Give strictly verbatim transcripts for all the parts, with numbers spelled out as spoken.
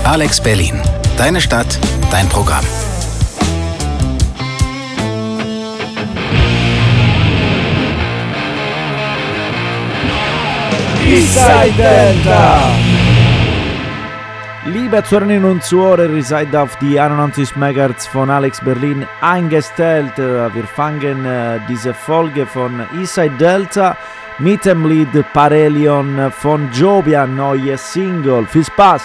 Alex Berlin. Deine Stadt, dein Programm. Eastside Delta! Liebe Zuhörerinnen und Zuhörer, ihr seid auf die einundneunzig Megahertz von Alex Berlin eingestellt. Wir fangen diese Folge von Eastside Delta mit dem Lied Parelion von Jobia, neue Single. Viel Spaß!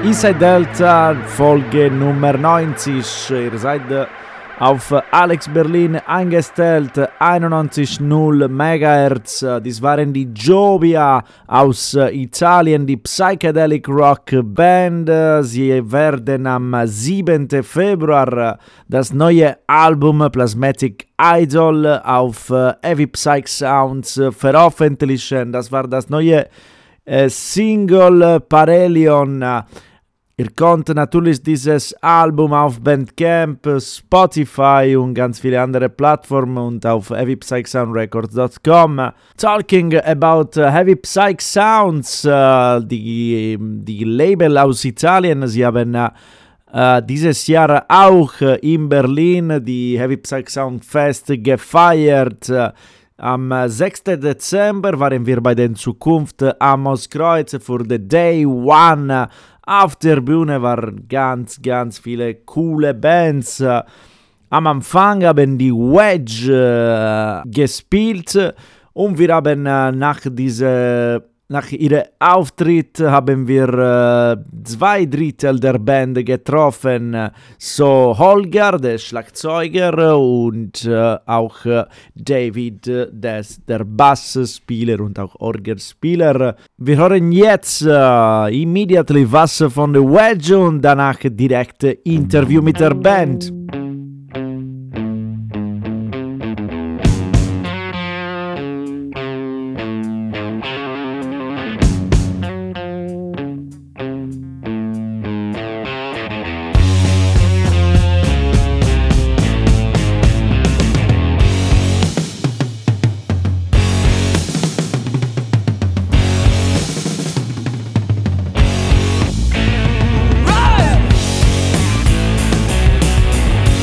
Inside Delta, Folge Nummer neunzig. Ihr seid auf Alex Berlin eingestellt, einundneunzig Komma null Megahertz. Dies waren die Jovia aus Italien, die Psychedelic Rock Band. Sie werden am siebten Februar das neue Album Plasmatic Idol auf Heavy Psych Sounds veröffentlichen. Das war das neue äh, Single Parelion. Ihr könnt natürlich dieses Album auf Bandcamp, Spotify und ganz viele andere Plattformen und auf heavy psych sound records dot com. Talking about uh, Heavy Psych Sounds, uh, die, die Label aus Italien, sie haben uh, dieses Jahr auch uh, in Berlin die Heavy Psych Sound Fest gefeiert. Uh, Am sechsten Dezember waren wir bei den Zukunft Amos Kreuz für The Day One. Auf der Bühne waren ganz, ganz viele coole Bands. Am Anfang haben die Wedge äh, gespielt und wir haben äh, nach, diese, nach ihrem Auftritt haben wir äh, zwei Drittel der Band getroffen. So Holger, der Schlagzeuger, und äh, auch äh, David, des, der Bassspieler und auch Orgelspieler. Wir hören jetzt äh, immediately was von der Wedge und danach direkt Interview mit der Band. Run!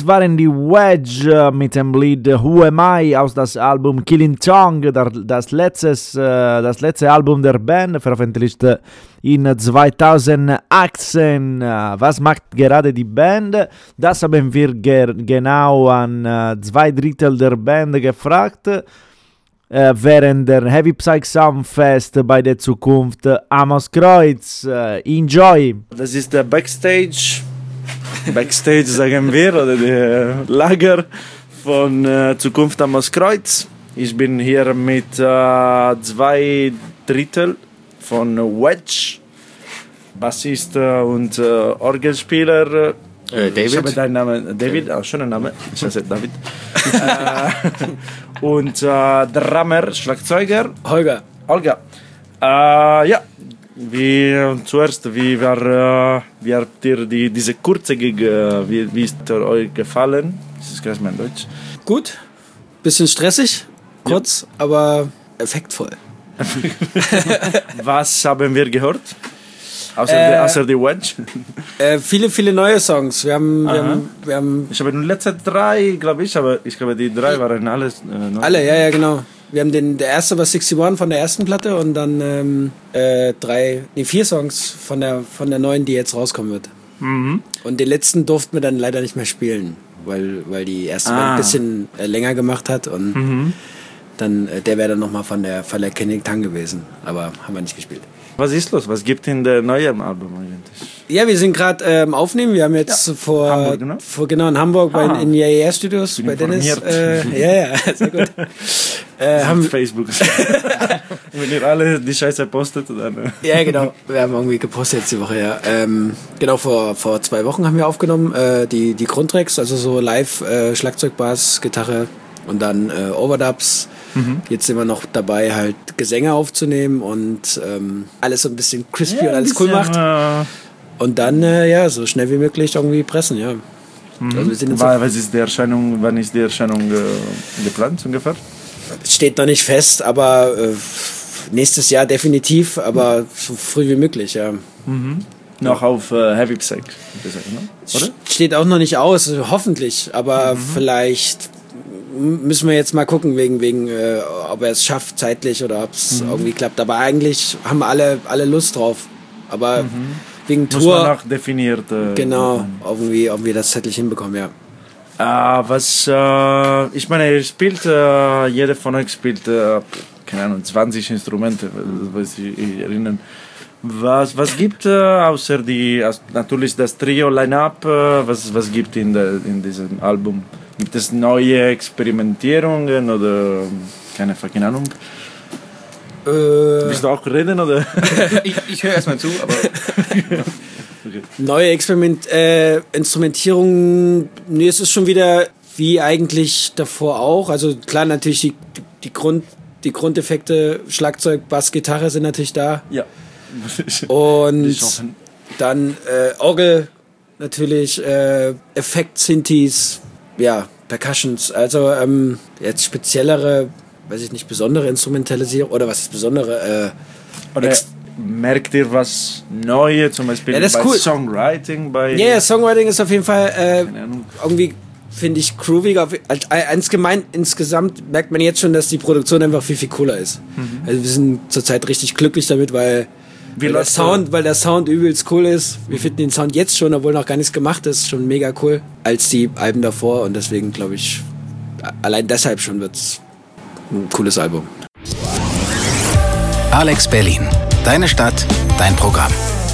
Das waren die Wedge mit dem Lied Who Am I aus das Album Killing Tongue, das letzte, das letzte Album der Band, veröffentlicht in zweitausendachtzehn. Was macht gerade die Band? Das haben wir ge- genau an zwei Drittel der Band gefragt. Während der Heavy Psych Soundfest bei der Zukunft Amoskreuz. Enjoy! Das ist der Backstage. Backstage sagen wir, oder der Lager von äh, Zukunft am Moskreuz. Ich bin hier mit äh, zwei Drittel von Wedge, Bassist und äh, Orgelspieler. Äh, David. Ich habe deinen Namen, David, auch schöner Name, ich heiße David. äh, und äh, Drummer, Schlagzeuger. Holger. Holger. Äh, ja. Wie zuerst, wie war, äh, wie habt ihr die, diese kurze Gig, äh, wie, wie ist er euch gefallen? Das ist gleich mein Deutsch. Gut, bisschen stressig, kurz, ja. aber effektvoll. Was haben wir gehört? Außer, äh, die, außer die Wedge? Äh, viele, viele neue Songs. Wir haben, wir haben, wir haben ich habe nur letzte drei, glaube ich, aber ich glaube, die drei waren alles äh, neu. Alle, ja, ja, genau. Wir haben den, der erste war einundsechzig von der ersten Platte und dann ähm, äh, drei, nee, vier Songs von der, von der neuen, die jetzt rauskommen wird. Mhm. Und den letzten durften wir dann leider nicht mehr spielen, weil, weil die erste ah. ein bisschen äh, länger gemacht hat und mhm. dann, äh, der wäre dann nochmal von der, von der Killing Tongue gewesen, aber haben wir nicht gespielt. Was ist los? Was gibt in der neuen Album eigentlich? Ja, wir sind gerade ähm, aufnehmen. Wir haben jetzt ja. vor, Hamburg, genau? vor genau in Hamburg bei, in I A E R Studios bei Dennis. Äh, ja, ja, sehr gut. äh, haben Facebook. Wenn ihr alle die Scheiße postet, dann. Ja, genau. Wir haben irgendwie gepostet jetzt die Woche. Ja, ähm, genau vor vor zwei Wochen haben wir aufgenommen äh, die die Grundtracks, also so Live äh, Schlagzeug, Bass, Gitarre und dann äh, Overdubs. Mhm. Jetzt sind wir noch dabei, halt Gesänge aufzunehmen und ähm, alles so ein bisschen crispy ja, und alles cool macht. Äh und dann, äh, ja, so schnell wie möglich irgendwie pressen, ja. Mhm. Also wir sind jetzt War, was ist die Erscheinung, wann ist die Erscheinung äh, geplant ungefähr? Steht noch nicht fest, aber äh, nächstes Jahr definitiv, aber mhm. so früh wie möglich, ja. Mhm. Noch auf äh, Heavy Psych, oder? Steht auch noch nicht aus, hoffentlich, aber mhm. vielleicht müssen wir jetzt mal gucken, wegen, wegen äh, ob er es schafft zeitlich oder ob es mhm. irgendwie klappt. Aber eigentlich haben alle, alle Lust drauf. Aber mhm. wegen Tour... Muss man auch definiert... Äh, genau, irgendwie, ob wir das zeitlich hinbekommen, ja. Äh, was, äh, ich meine, ihr spielt, äh, jeder von euch spielt, äh, keine Ahnung, zwanzig Instrumente, was ich, ich erinnere. Was, was gibt äh, außer die, also natürlich das Trio-Line-Up, äh, was, was gibt in, der, in diesem Album? Gibt es neue Experimentierungen oder keine fucking Ahnung? Äh, Willst du auch reden oder? ich ich höre erstmal zu, aber okay. Neue Experiment, äh, Instrumentierung, nee, es ist schon wieder wie eigentlich davor auch. Also klar, natürlich die, die, Grund, die Grundeffekte, Schlagzeug, Bass, Gitarre sind natürlich da. Ja. Und dann äh, Orgel, natürlich, äh, Effekt, Synthes, ja, Percussions, also ähm, jetzt speziellere, weiß ich nicht, besondere Instrumentalisierung oder was ist besondere? Äh, oder merkt ihr was Neues, zum Beispiel ja, das bei cool. Songwriting? Bei ja, yeah, Songwriting ist auf jeden Fall äh, irgendwie, finde ich, grooviger. Insgemein, insgesamt merkt man jetzt schon, dass die Produktion einfach viel, viel cooler ist. Mhm. Also wir sind zurzeit richtig glücklich damit, weil Weil der, Sound, weil der Sound übelst cool ist. Wir finden den Sound jetzt schon, obwohl noch gar nichts gemacht ist, schon mega cool als die Alben davor. Und deswegen glaube ich, allein deshalb schon wird es ein cooles Album. Alex Berlin. Deine Stadt, dein Programm.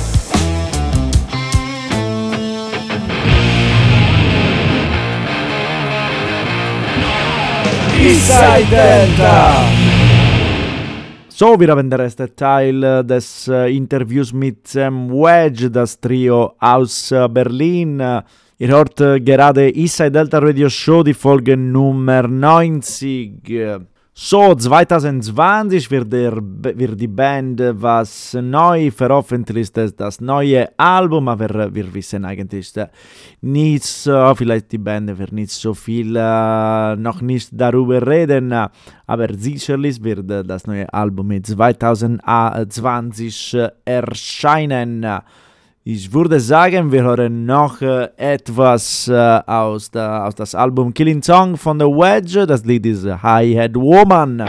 Eastside Delta. So, wir haben den ersten Teil des äh, Interviews mit Sam Wedge, das Trio aus äh, Berlin. Ihr hört äh, gerade Eastside Delta Radio Show, die Folge Nummer neunzig. So, zwanzig zwanzig wird, der, wird die Band was neu veröffentlicht, das neue Album, aber wir wissen eigentlich nicht so, vielleicht die Band wird nicht so viel, äh, noch nicht darüber reden, aber sicherlich wird das neue Album mit zwanzig zwanzig erscheinen. Ich würde sagen, wir hören noch äh, etwas äh, aus, der, aus das Album Killing Song von The Wedge. Das Lied ist High Head Woman.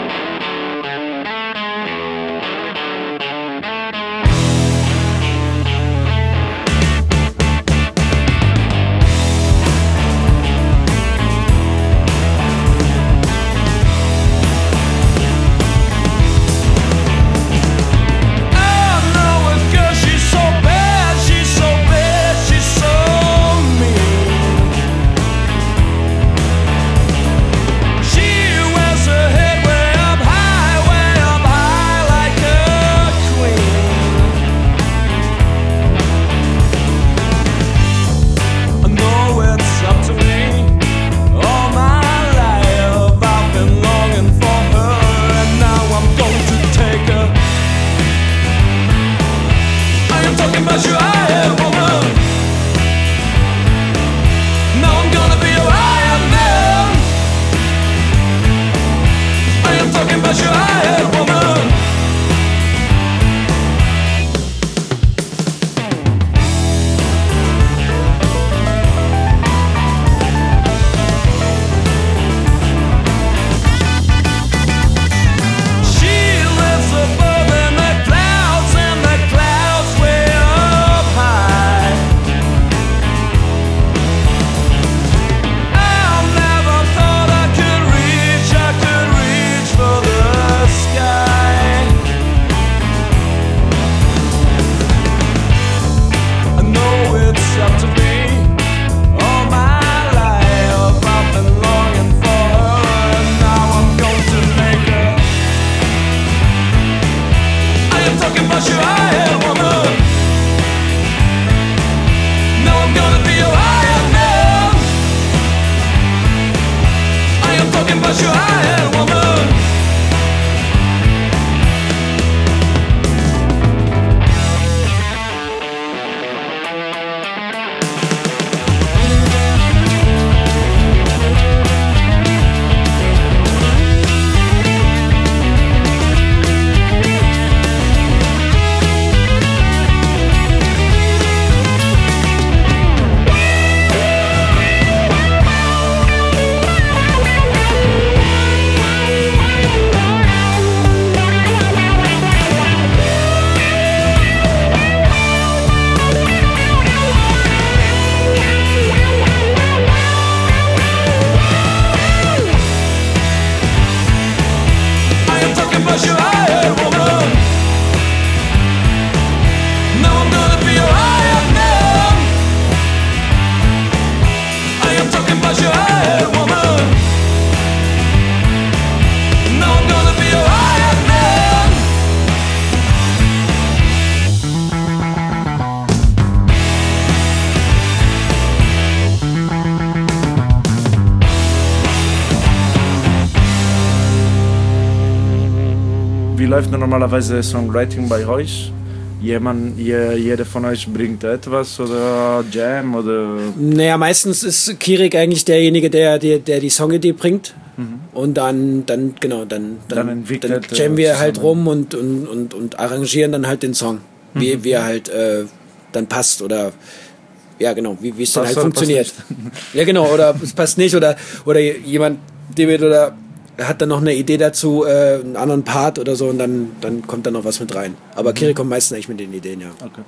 Wie läuft normalerweise Songwriting bei euch? Jemand, je, jeder von euch bringt etwas oder Jam oder... Naja, meistens ist Kirik eigentlich derjenige, der, der, der die Songidee bringt. Mhm. Und dann, dann, genau, dann, dann, dann, dann jammen wir zusammen. Halt rum und, und, und, und arrangieren dann halt den Song. Mhm. Wie, wie er halt äh, dann passt oder... Ja, genau, wie, wie es dann halt funktioniert. Ja, genau, oder es passt nicht oder, oder jemand, David oder... Er hat dann noch eine Idee dazu, äh, einen anderen Part oder so und dann, dann kommt da noch was mit rein. Aber mhm. Kirik kommt meistens eigentlich mit den Ideen, ja. Okay.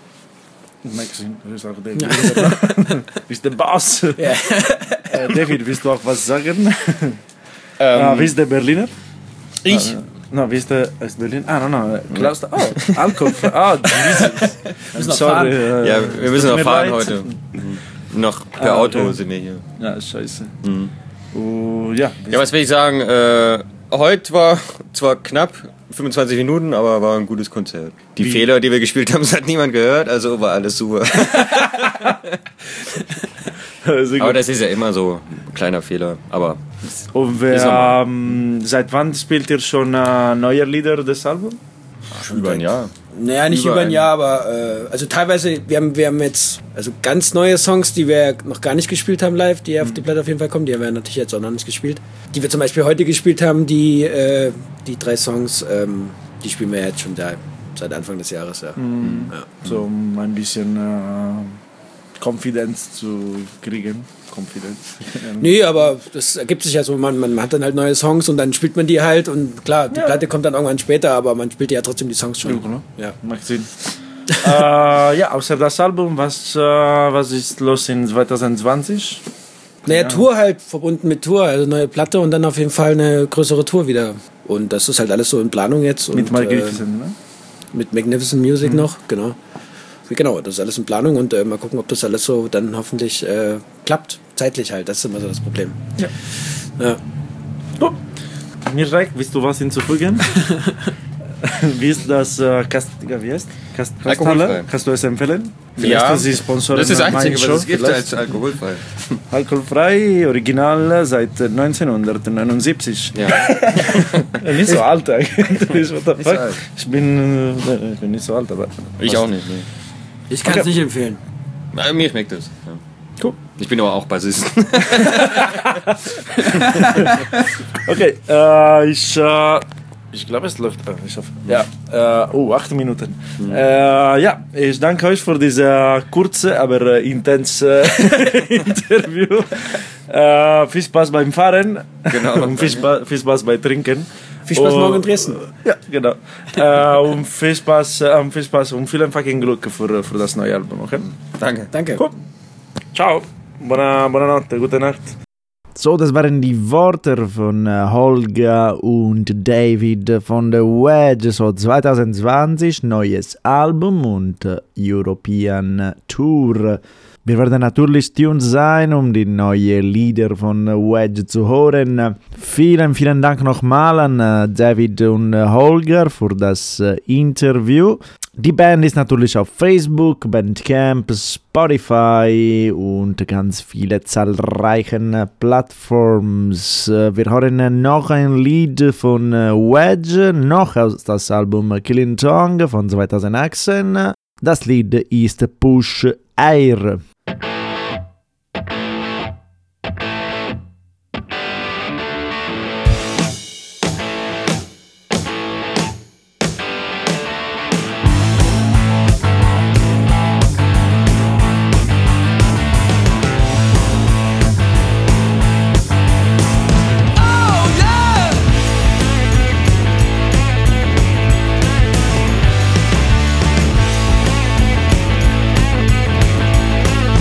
Maxim, du bist auch David. Du bist der Boss. Ja. äh, David, willst du auch was sagen? Ähm, ah, wie ist der Berliner? Ich? Ah, no, wie ist der aus Berlin? Ah, no, no. Klaus, oh, Alkohol. Ah, Jesus. Sorry. Äh, ja, wir müssen noch fahren leid. heute. Mhm. Noch per ah, Auto okay. sind wir hier. Ja, scheiße. Mhm. Uh, ja. ja, was will ich sagen? Äh, heute war zwar knapp, fünfundzwanzig Minuten, aber war ein gutes Konzert. Die Wie? Fehler, die wir gespielt haben, das hat niemand gehört, also war alles super. Aber das ist ja immer so ein kleiner Fehler. Aber Und wer, ähm, seit wann spielt ihr schon äh, neue Lieder des Albums? Schon über ein Jahr. Naja, nicht über, über ein Jahr, aber äh, also teilweise, wir haben, wir haben jetzt also ganz neue Songs, die wir noch gar nicht gespielt haben live, die mhm. auf die Platte auf jeden Fall kommen, die haben wir natürlich jetzt auch noch nicht gespielt. Die wir zum Beispiel heute gespielt haben, die, äh, die drei Songs, ähm, die spielen wir jetzt schon da seit Anfang des Jahres, ja. Mhm. ja. So um ein bisschen äh, Konfidenz zu kriegen. Konfidenz. Nee, aber das ergibt sich ja so, man, man hat dann halt neue Songs und dann spielt man die halt und klar, die ja. Platte kommt dann irgendwann später, aber man spielt ja trotzdem die Songs schon. Ja, ne? Ja. Macht Sinn. äh, ja, außer das Album, was, äh, was ist los in zwanzig zwanzig? Naja, Ja. Tour halt, verbunden mit Tour, also neue Platte und dann auf jeden Fall eine größere Tour wieder. Und das ist halt alles so in Planung jetzt. Mit und, Magnificent, äh, ne? Mit Magnificent Music Mhm. noch, genau. Genau, das ist alles in Planung und äh, mal gucken, ob das alles so dann hoffentlich äh, klappt. Zeitlich halt, das ist immer so das Problem. Ja. Ja. Gut. Mirek, willst du was hinzufügen? Wie ist das äh, Kast, wie heißt? Kast, Alkoholfrei. Kasthalle? Kannst du es empfehlen? Vielleicht Ja, ist sie Sponsorin das ist das meiner Einzige, Show, was es gibt vielleicht. als alkoholfrei. Alkoholfrei, original seit neunzehnhundertneunundsiebzig. Ja. Nicht so alt eigentlich. What the Nicht so fuck? alt. Ich bin, äh, ich bin nicht so alt, aber. Ich auch nicht. Nee. Ich kann es Okay. nicht empfehlen. Na, mir schmeckt es. Ja. Cool. Ich bin aber auch Bassist. Okay, äh, ich, äh, ich glaube, es läuft. Äh, ich hoffe. Ja, äh, oh, acht Minuten. Äh, ja, ich danke euch für diese kurze, aber äh, intense Interview. Äh, viel Spaß beim Fahren. Genau. Und viel, Spaß, viel Spaß beim Trinken. Viel Spaß Und- morgen in Dresden. Ja, genau. äh, und viel Spaß, äh, viel Spaß und viel fucking Glück für, für das neue Album, okay? Danke. Danke. Cool. Ciao. Buona, buonanotte, gute Nacht. So, das waren die Worte von äh, Holger und David von The Wedge. So zwanzig zwanzig, neues Album und äh, European Tour. Wir werden natürlich tuned sein, um die neuen Lieder von Wedge zu hören. Vielen, vielen Dank nochmal an äh, David und äh, Holger für das äh, Interview. Die Band ist natürlich auf Facebook, Bandcamp, Spotify und ganz viele zahlreichen äh, Plattforms. Äh, wir hören noch ein Lied von äh, Wedge, noch aus das Album Killing Tongue von zwanzig achtzehn. Das Lied ist Push Air. Oh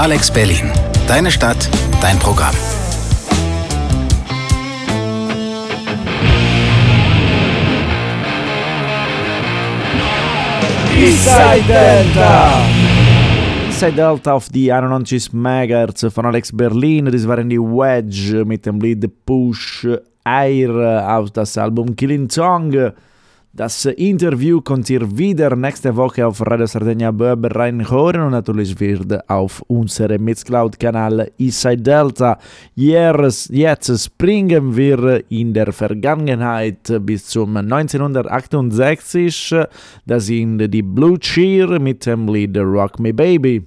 Alex Berlin. Deine Stadt, dein Programm. Eastside Delta! Eastside Delta auf die einundneunzig Megahertz von Alex Berlin. Das waren die Wedge mit dem Lied Push Air aus das Album Killing Song. Das Interview könnt ihr wieder nächste Woche auf Radio Sardegna Böber reinhören und natürlich wird auf unserem Mixcloud-Kanal Eastside Delta. Jetzt springen wir in der Vergangenheit bis zum neunzehnhundertachtundsechzig. Das sind die Blue Cheer mit dem Lied Rock Me Baby.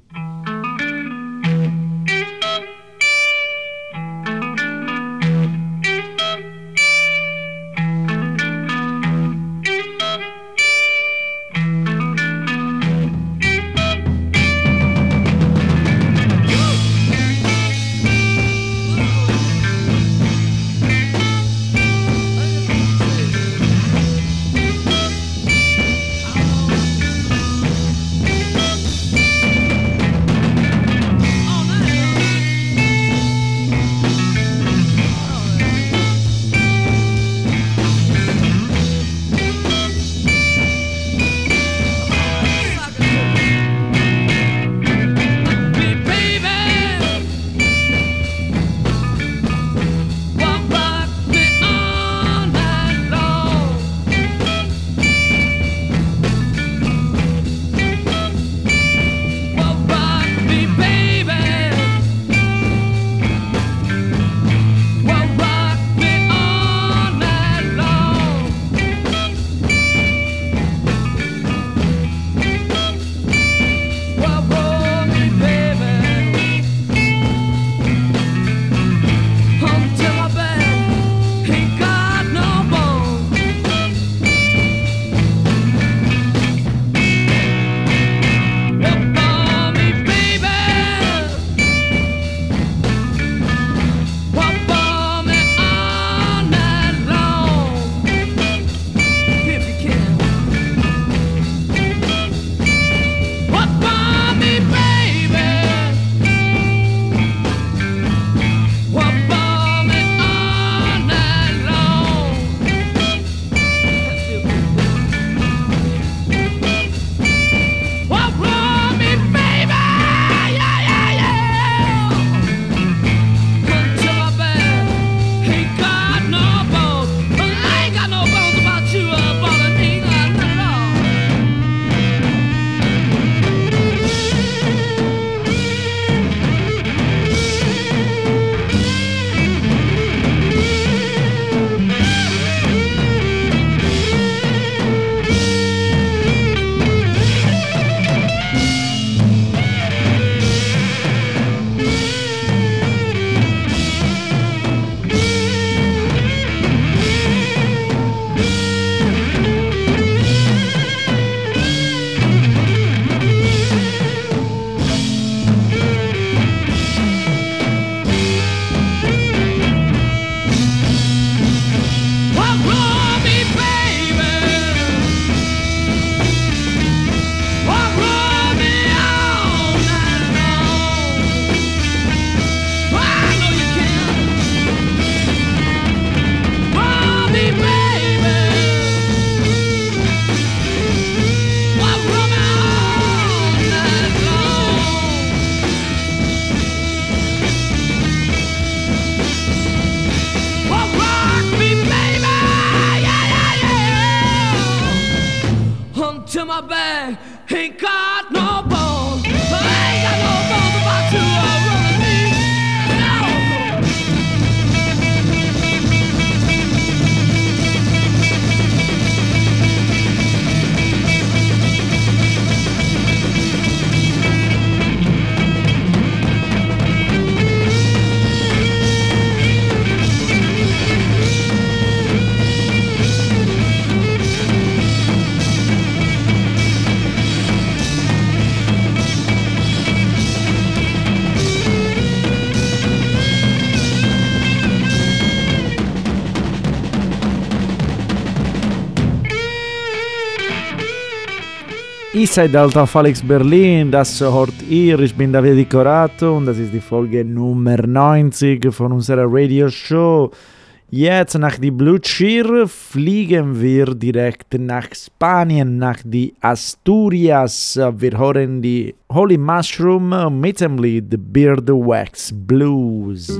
Eastside Delta auf Alex Berlin, das hört ihr, ich bin David Decorato und das ist die Folge Nummer neunzig von unserer Radioshow. Jetzt nach die Blue Cheer fliegen wir direkt nach Spanien, nach die Asturias. Wir hören die Holy Mushroom mit dem Lied Beard Wax Blues.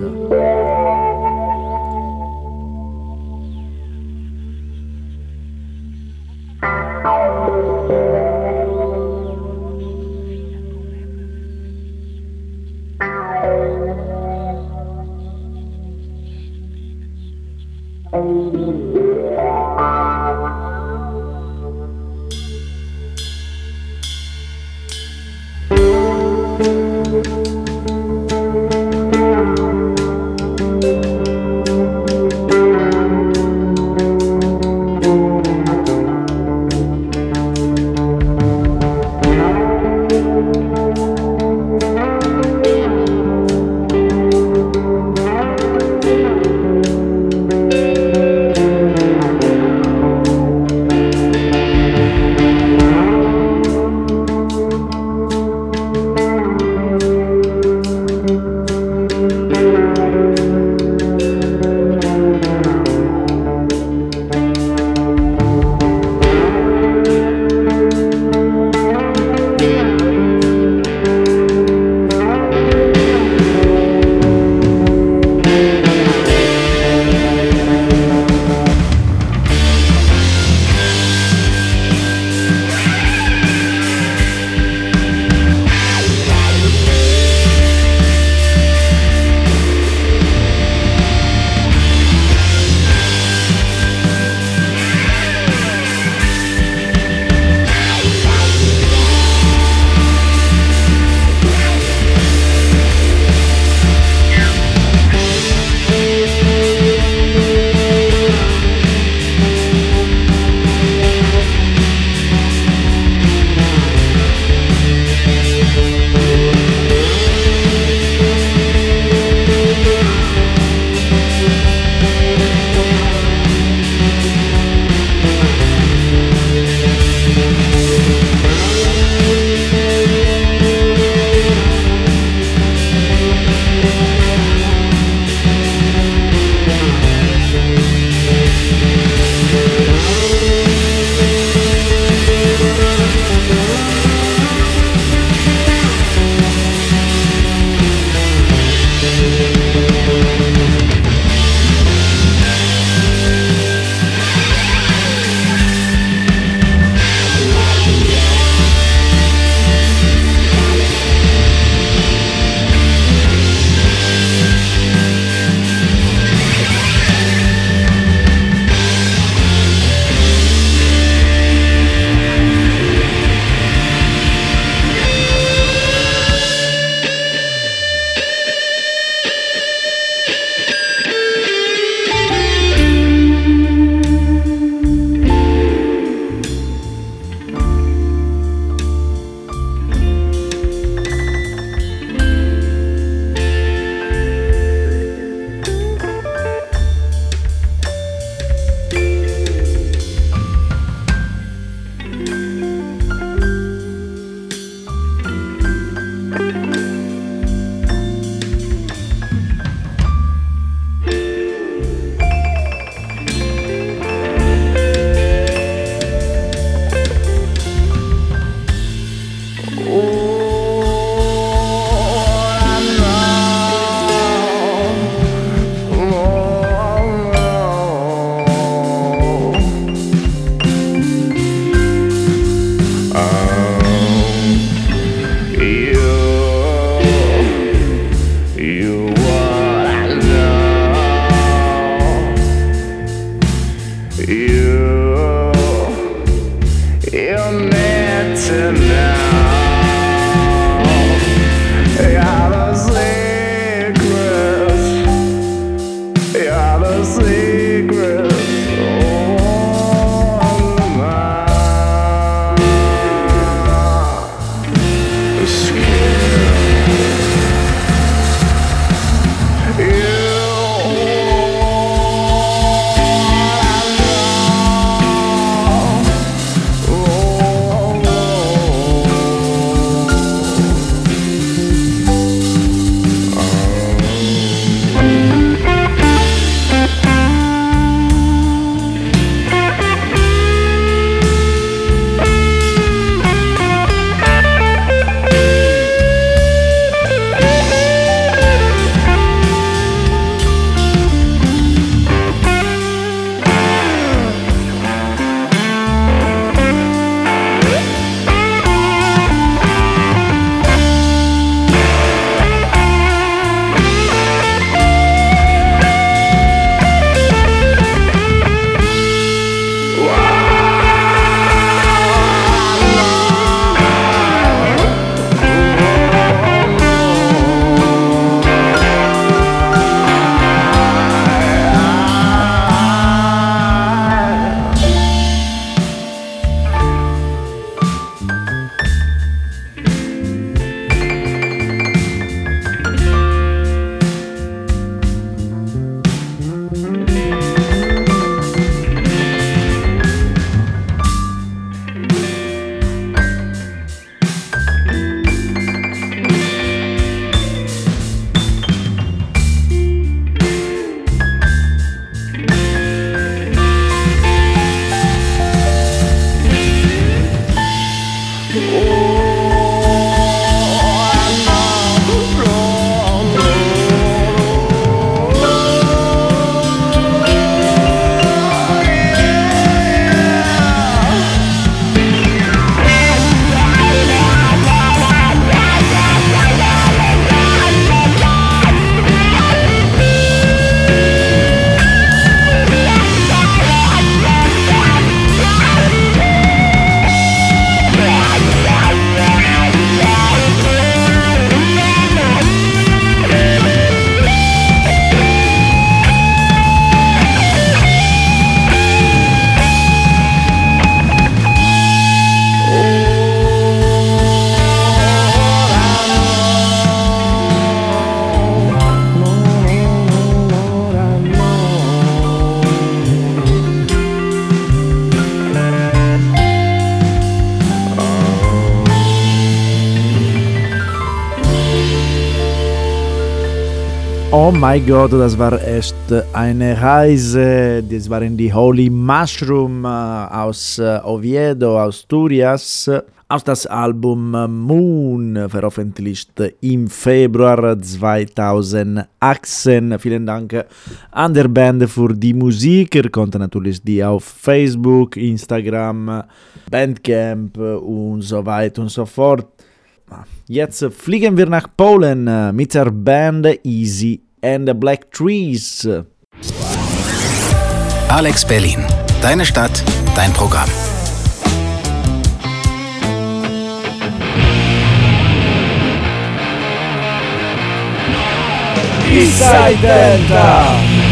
Oh Oh mein Gott, das war echt eine Reise. Das waren die Holy Mushroom aus Oviedo, Asturias. Aus das Album Moon, veröffentlicht im Februar zweitausendachtzehn. Vielen Dank an der Band für die Musik. Ihr könnt natürlich die auf Facebook, Instagram, Bandcamp und so weiter und so fort. Jetzt fliegen wir nach Polen mit der Band Easy and the Black Trees. Alex Berlin. Deine Stadt, dein Programm. Eastside Delta.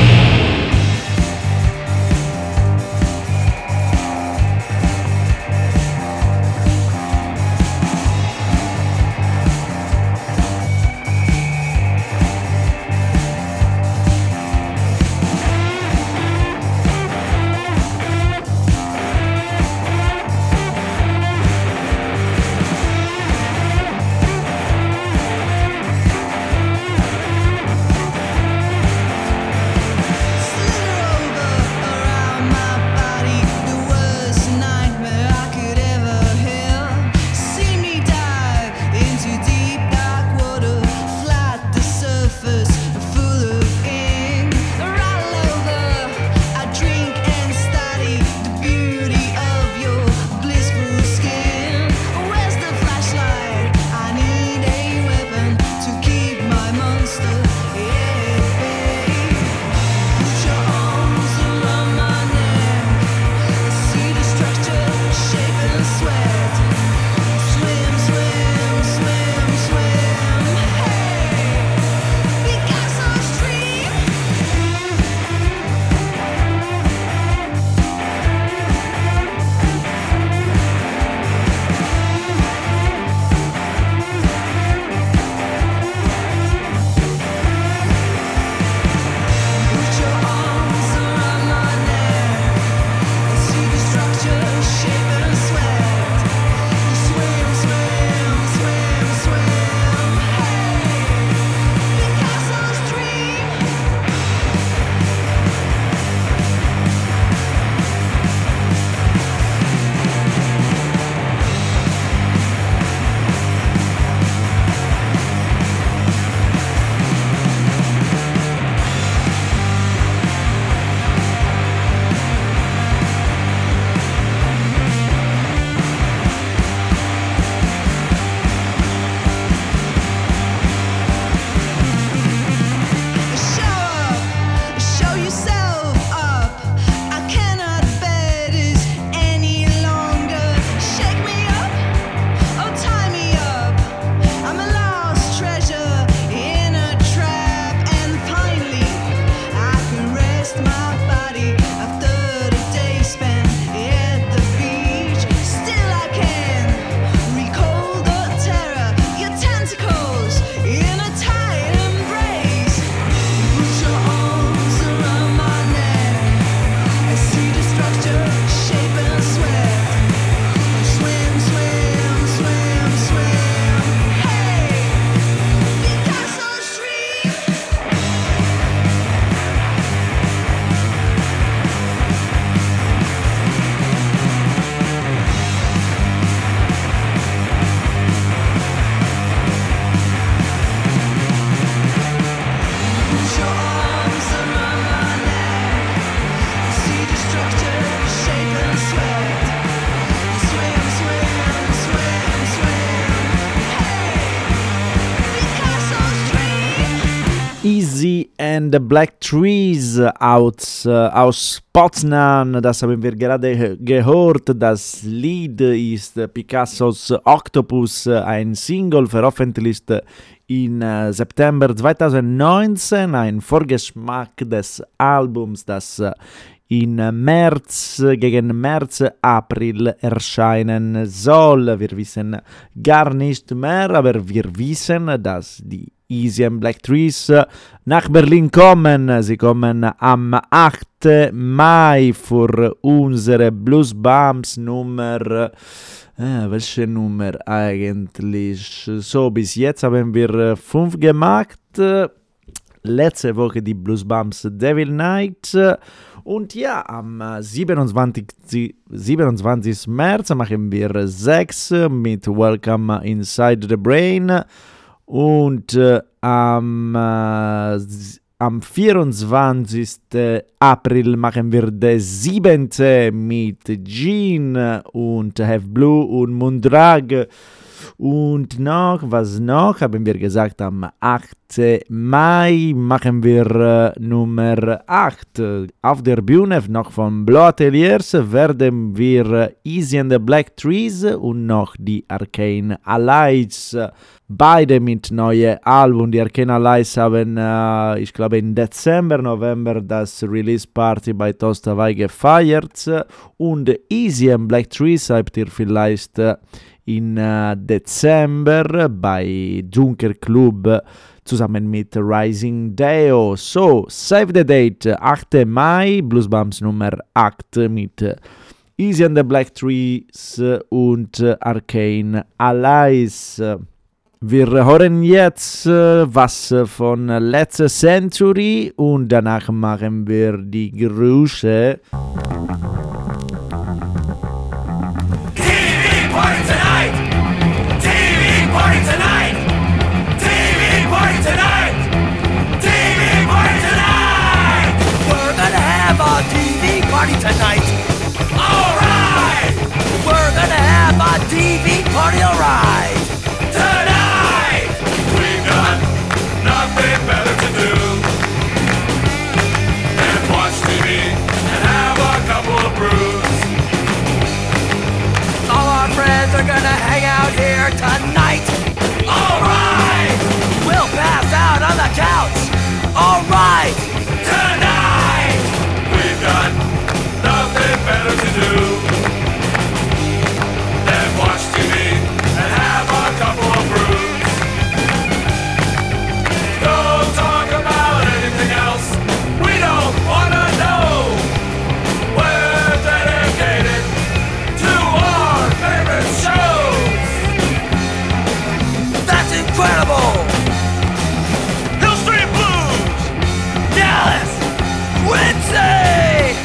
Easy and the Black Trees aus, äh, aus Poznań, das haben wir gerade gehört. Das Lied ist Picassos Octopus, ein Single veröffentlicht im äh, September zweitausendneunzehn, ein Vorgeschmack des Albums, das in März, gegen März, April erscheinen soll. Wir wissen gar nicht mehr, aber wir wissen, dass die Easy and Black Trees nach Berlin kommen. Sie kommen am achten Mai für unsere Blues Bumps Nummer. Äh, welche Nummer eigentlich? So, bis jetzt haben wir fünf gemacht. letzte Woche die Blues Bumps Devil Night. Und ja, am siebenundzwanzigsten März machen wir sechs mit Welcome Inside the Brain. Und äh, am, äh, am vierundzwanzigsten April machen wir den siebten mit Gene und Have Blue und Mundrag. Und noch, was noch, haben wir gesagt, am achten Mai machen wir äh, Nummer acht. Auf der Bühne noch von Blow Ateliers werden wir äh, Easy and the Black Trees und noch die Arcane Allies. Beide mit neuen Album. Die Arcane Allies haben, äh, ich glaube, im Dezember, November das Release Party bei Toast Hawaii gefeiert. Und Easy and Black Trees habt ihr vielleicht äh, in uh, Dezember bei Junker Club zusammen mit Rising Deo. So, save the date, achten Mai, Blues Bumps Nummer acht mit Easy and the Black Trees und Arcane Allies. Wir hören jetzt was von letzter Century und danach machen wir die Grüße. Party tonight! T V party tonight! T V party tonight! T V party tonight! We're gonna have a T V party tonight! Alright! We're gonna have a T V party, alright! Tonight! We've got nothing better to do than watch T V and have a couple of brews. Friends are gonna hang out here tonight. Alright! We'll pass out on the couch. Alright! Tonight! We've got nothing better to do than watch T V and have a couple of brews. Don't talk about anything else. We don't wanna know. We're dedicated to our favorite shows. That's incredible. Hill Street Blues, Dallas, Wednesday.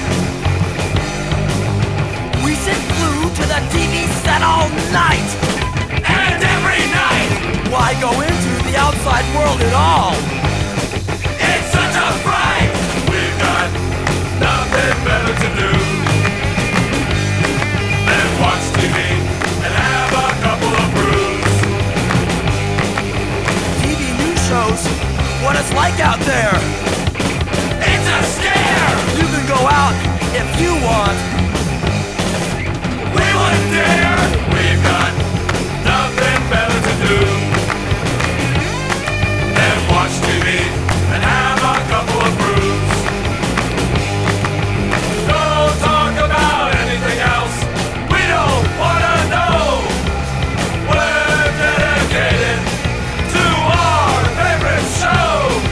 We sit glued to the T V set all night and every night. Why go into the outside world at all? It's such a fright. We've got nothing better to do than watch T V and have a couple of brews. T V news shows what it's like out there. It's a scare. You can go out if you want. We wouldn't dare. We've got nothing better to do than watch T V and have a couple of brews. Don't talk about anything else. We don't wanna know. We're dedicated to our favorite shows.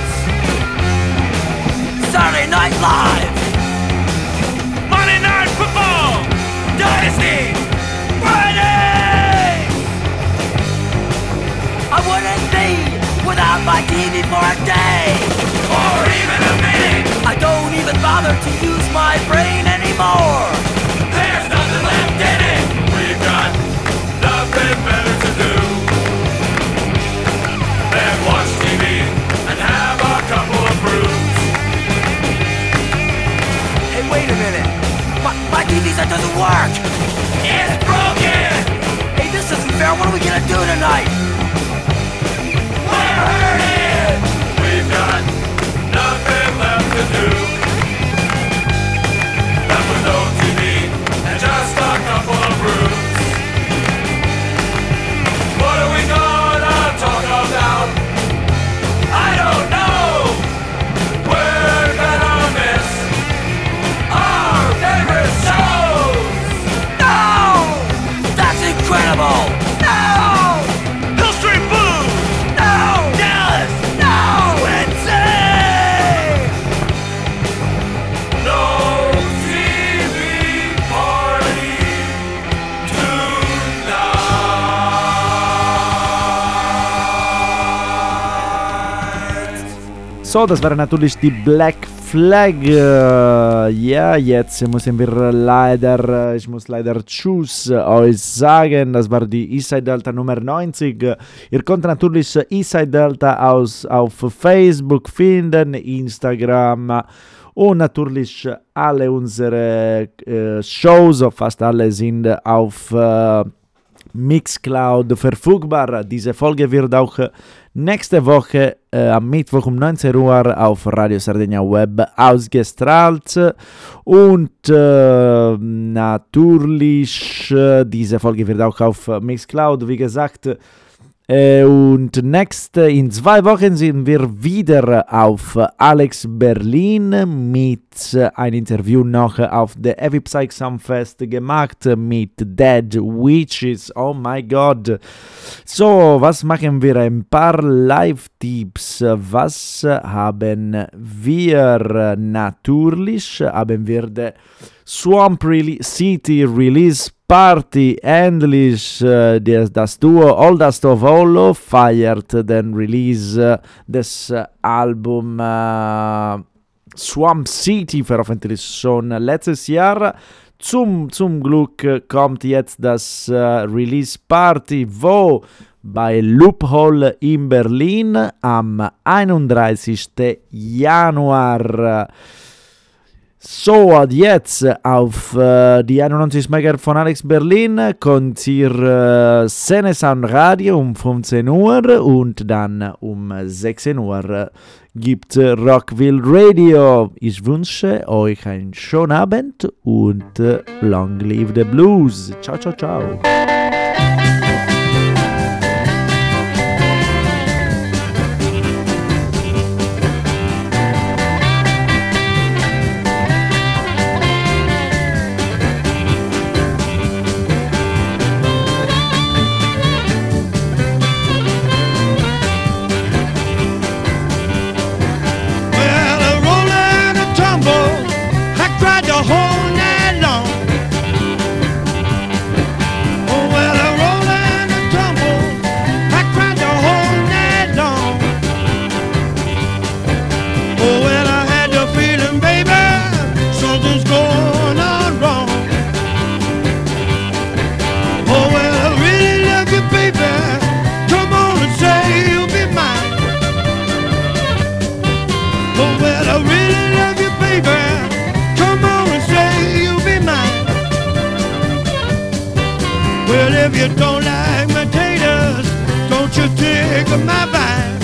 Saturday Night Live, Monday Night Football, Dynasty, Friday. I wouldn't be without my T V for a day, or even a minute. I don't even bother to use my brain anymore. There's nothing left in it. We've got nothing better to do than watch T V and have a couple of brews. Hey, wait a minute. My, my T V set doesn't work. It's broken. Hey, this isn't fair. What are we gonna do tonight? We're hurting. We've got nothing left to do. That was no T V and just a couple of brews. What are we gonna talk about? I don't know. We're gonna miss our favorite shows. No! That's incredible! No! So, das war natürlich die Black Flag. Äh, ja, jetzt müssen wir leider, ich muss leider Tschüss euch sagen. Das war die Eastside Delta Nummer neunzig. Ihr könnt natürlich Eastside Delta aus, auf Facebook finden, Instagram und natürlich alle unsere äh, Shows, fast alle sind auf äh, Mixcloud verfügbar. Diese Folge wird auch nächste Woche äh, am Mittwoch um neunzehn Uhr auf Radio Sardegna Web ausgestrahlt. Und äh, natürlich, äh, diese Folge wird auch auf Mixcloud, wie gesagt. Äh, und nächste, in zwei Wochen sind wir wieder auf Alex Berlin mit äh, ein Interview noch auf der Heavy Psych Sumfest gemacht mit Dead Witches. Oh mein Gott. So, was machen wir? Ein paar Live-Tipps. Was haben wir? Natürlich haben wir die Swamp Re- City Release Party. Endlich äh, das, das Duo All Dust of Hollow feiert den Release des äh, Albums äh, Swamp City, veröffentlicht schon letztes Jahr. Zum, zum Glück kommt jetzt das äh, Release Party, wo bei Loophole in Berlin am einunddreißigsten Januar. So, jetzt auf äh, die einundneunzig Megahertz von Alex Berlin könnt ihr äh, Szene Sound Radio um fünfzehn Uhr und dann um sechzehn Uhr gibt Rockville Radio. Ich wünsche euch einen schönen Abend und äh, long live the blues. Ciao, ciao, ciao. Well, if you don't like my taters, don't you take my vine.